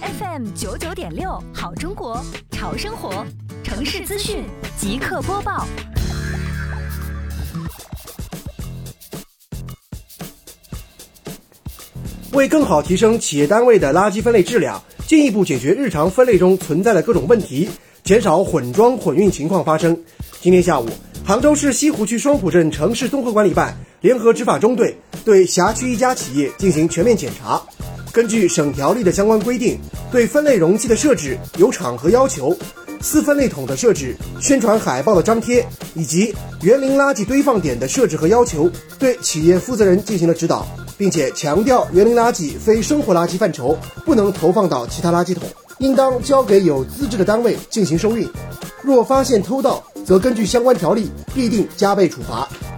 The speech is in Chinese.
FM99.6好中国，潮生活，城市资讯即刻播报。 为更好提升企业单位的垃圾分类质量，进一步解决日常分类中存在的各种问题，减少混装混运情况发生，今天下午，杭州市西湖区双浦镇城市综合管理办联合执法中队对辖区一家企业进行全面检查。根据省条例的相关规定，对分类容器的设置有场合要求，私分类桶的设置、宣传海报的张贴以及园林垃圾堆放点的设置和要求，对企业负责人进行了指导，并且强调园林垃圾非生活垃圾范畴，不能投放到其他垃圾桶，应当交给有资质的单位进行收运。若发现偷盗，则根据相关条例必定加倍处罚。